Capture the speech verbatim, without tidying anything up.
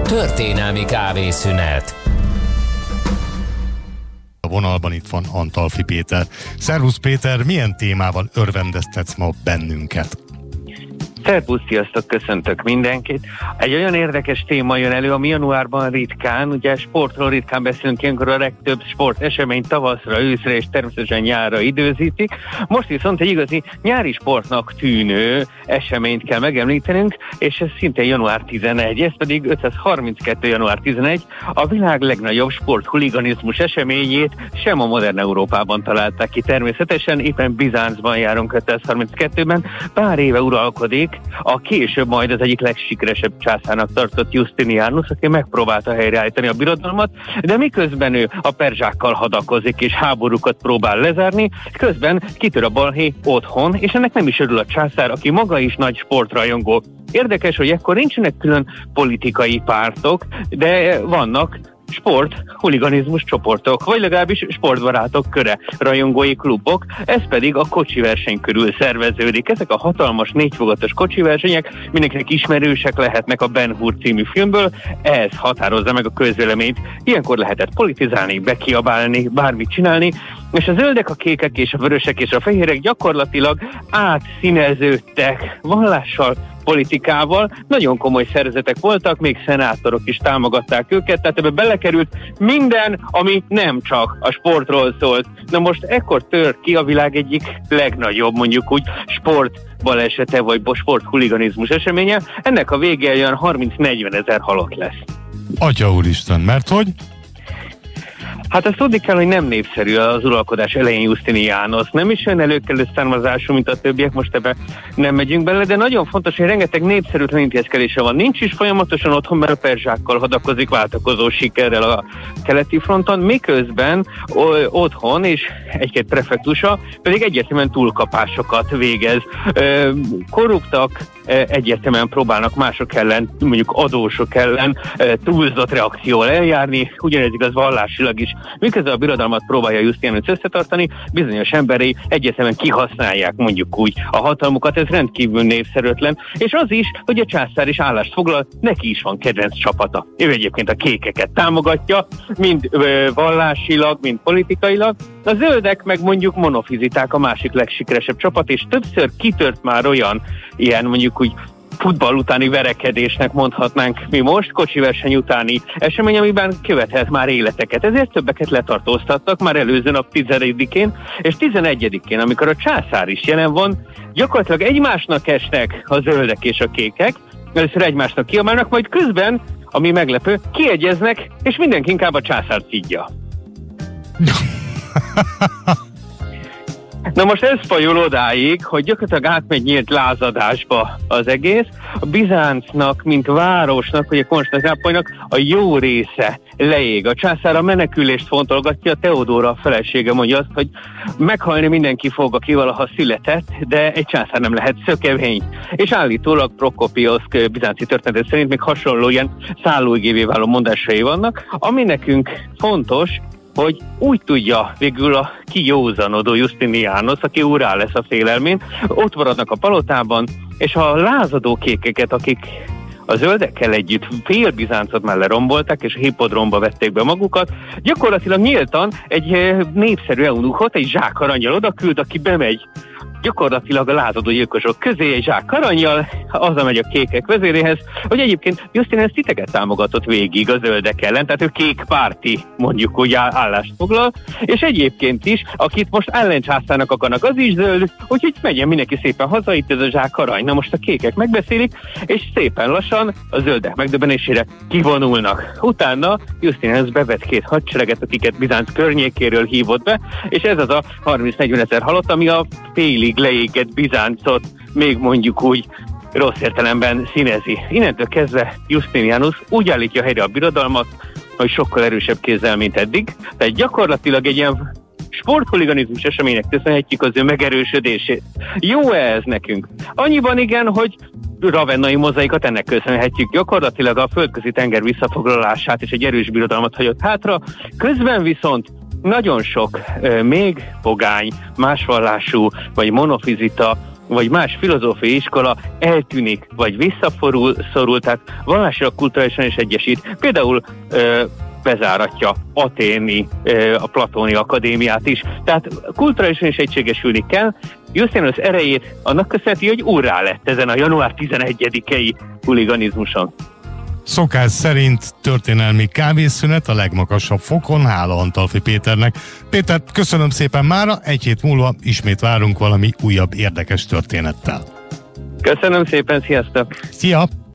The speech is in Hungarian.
Történelmi kávészünet. A vonalban itt van Antalfi Péter. Szervusz Péter, milyen témával örvendeztetsz ma bennünket? Szervusz, sziasztok, köszöntök mindenkit. Egy olyan érdekes téma jön elő, ami januárban ritkán, ugye sportról ritkán beszélünk, ilyenkor a legtöbb sportesemény tavaszra, őszre és természetesen nyárra időzítik. Most viszont egy igazi nyári sportnak tűnő eseményt kell megemlítenünk, és ez szintén január tizenegy, ez pedig ötszázharminckettő. január tizenegy, a világ legnagyobb sporthuliganizmus eseményét sem a modern Európában találták ki természetesen, éppen Bizáncban járunk ötszázharminckettőben, pár éve uralkodik a később majd az egyik legsikeresebb császárnak tartott Justinianus, aki megpróbálta helyreállítani a birodalmat, de miközben ő a perzsákkal hadakozik és háborúkat próbál lezárni, közben kitör a balhé otthon, és ennek nem is örül a császár, aki maga is nagy sportrajongó. Érdekes, hogy ekkor nincsenek külön politikai pártok, de vannak sport, huliganizmus csoportok, vagy legalábbis sportbarátok köre, rajongói klubok, ez pedig a kocsi verseny körül szerveződik. Ezek a hatalmas négyfogatos kocsi versenyek mindenkinek ismerősek lehetnek a Ben Hur című filmből, ez határozza meg a közvéleményt. Ilyenkor lehetett politizálni, bekiabálni, bármit csinálni, és a zöldek, a kékek és a vörösek és a fehérek gyakorlatilag átszíneződtek vallással, politikával, nagyon komoly szervezetek voltak, még szenátorok is támogatták őket, tehát ebbe belekerült minden, ami nem csak a sportról szólt. Na most ekkor tör ki a világ egyik legnagyobb, mondjuk úgy, sport balesete vagy sporthuliganizmus eseménye, ennek a vége olyan harminc-negyven ezer halott lesz. Atya úristen, mert hogy? Hát azt tudni kell, hogy nem népszerű az uralkodás elején Justinianus. Nem is olyan előkelő származású, mint a többiek, most ebbe nem megyünk bele, de nagyon fontos, hogy rengeteg népszerűtlen intézkedése van. Nincs is folyamatosan otthon, mert a perzsákkal hadakozik váltakozó sikerrel a keleti fronton, miközben o- otthon és egy-két prefektusa pedig egyértelműen túlkapásokat végez. Ö, korruptak, egyértelműen próbálnak mások ellen, mondjuk adósok ellen túlzott reakcióval eljárni, ugyanez igaz vallásilag is. Miközben a birodalmat próbálja Justinianus összetartani, bizonyos emberei egyértelműen kihasználják mondjuk úgy a hatalmukat, ez rendkívül népszerűtlen, és az is, hogy a császár is állást foglal, neki is van kedvenc csapata. Ő egyébként a kékeket támogatja, mind ö, vallásilag, mind politikailag. A zöldek meg mondjuk monofiziták a másik legsikeresebb csapat, és többször kitört már olyan ilyen mondjuk úgy futball utáni verekedésnek mondhatnánk mi most, kocsiverseny utáni esemény, amiben követhet már életeket. Ezért többeket letartóztattak már előző nap tizedikén, és tizenegyedikén, amikor a császár is jelen van, gyakorlatilag egymásnak esnek a zöldek és a kékek, először egymásnak kiabálnak, majd közben, ami meglepő, kiegyeznek, és mindenki inkább a császárt szidja. Na most ez fajul odáig, hogy gyakorlatilag átmegy nyílt lázadásba az egész. A Bizáncnak, mint városnak, vagy a Konstantinápolynak a jó része leég. A császár a menekülést fontolgatja, Teodóra a felesége mondja azt, hogy meghalni mindenki fog, aki valaha született, de egy császár nem lehet szökevény. És állítólag Prokopioszk bizánci történet szerint még hasonló ilyen szállóigévé váló mondásai vannak, ami nekünk fontos, hogy úgy tudja végül a kijózanodó Justinianus, aki úrá lesz a félelmén, ott maradnak a palotában, és a lázadó kékeket, akik a zöldekkel együtt fél Bizáncot már lerombolták, és a hippodromba vették be magukat, gyakorlatilag nyíltan egy népszerű eunuchot, egy zsák arannyal oda küld, aki bemegy gyakorlatilag a lázadó gyilkosok közé egy zsák arannyal, az megy a kékek vezéréhez, hogy egyébként Justinianus titeket támogatott végig a zöldek ellen, tehát ő kék párti, mondjuk úgy állást foglal, és egyébként is, akit most ellencsászárnak akarnak, az is zöld, úgyhogy megyen mindenki szépen haza, itt ez a zsák arany. Na most a kékek megbeszélik, és szépen lassan a zöldek megdöbbenésére kivonulnak. Utána Justinianus bevet két hadsereget, akiket Bizánc környékéről hívott be, és ez az a harminc-negyven ezer halott, ami a félig leégett Bizáncot még mondjuk úgy rossz értelemben színezi. Innentől kezdve Justinianus úgy állítja helyre a birodalmat, hogy sokkal erősebb kézzel, mint eddig. Tehát gyakorlatilag egy ilyen sporthuliganizmus eseménynek köszönhetjük az ő megerősödését. Jó-e ez nekünk? Annyiban igen, hogy ravennai mozaikat ennek köszönhetjük. Gyakorlatilag a földközi tenger visszafoglalását és egy erős birodalmat hagyott hátra. Közben viszont nagyon sok euh, még pogány, másvallású vagy monofizita vagy más filozófiai iskola eltűnik, vagy visszaszorul, szorul, tehát vallásilag kulturálisan is egyesít. Például ö, bezáratja Athéni, ö, a Platóni Akadémiát is. Tehát kulturálisan is egységesülni kell. Justinus erejét annak köszönheti, hogy úrrá lett ezen a január tizenegyedikei huliganizmuson. Szokás szerint történelmi kávészünet a legmagasabb fokon, hála Antalfi Péternek. Péter, köszönöm szépen mára, egy hét múlva ismét várunk valami újabb érdekes történettel. Köszönöm szépen, sziasztok! Szia!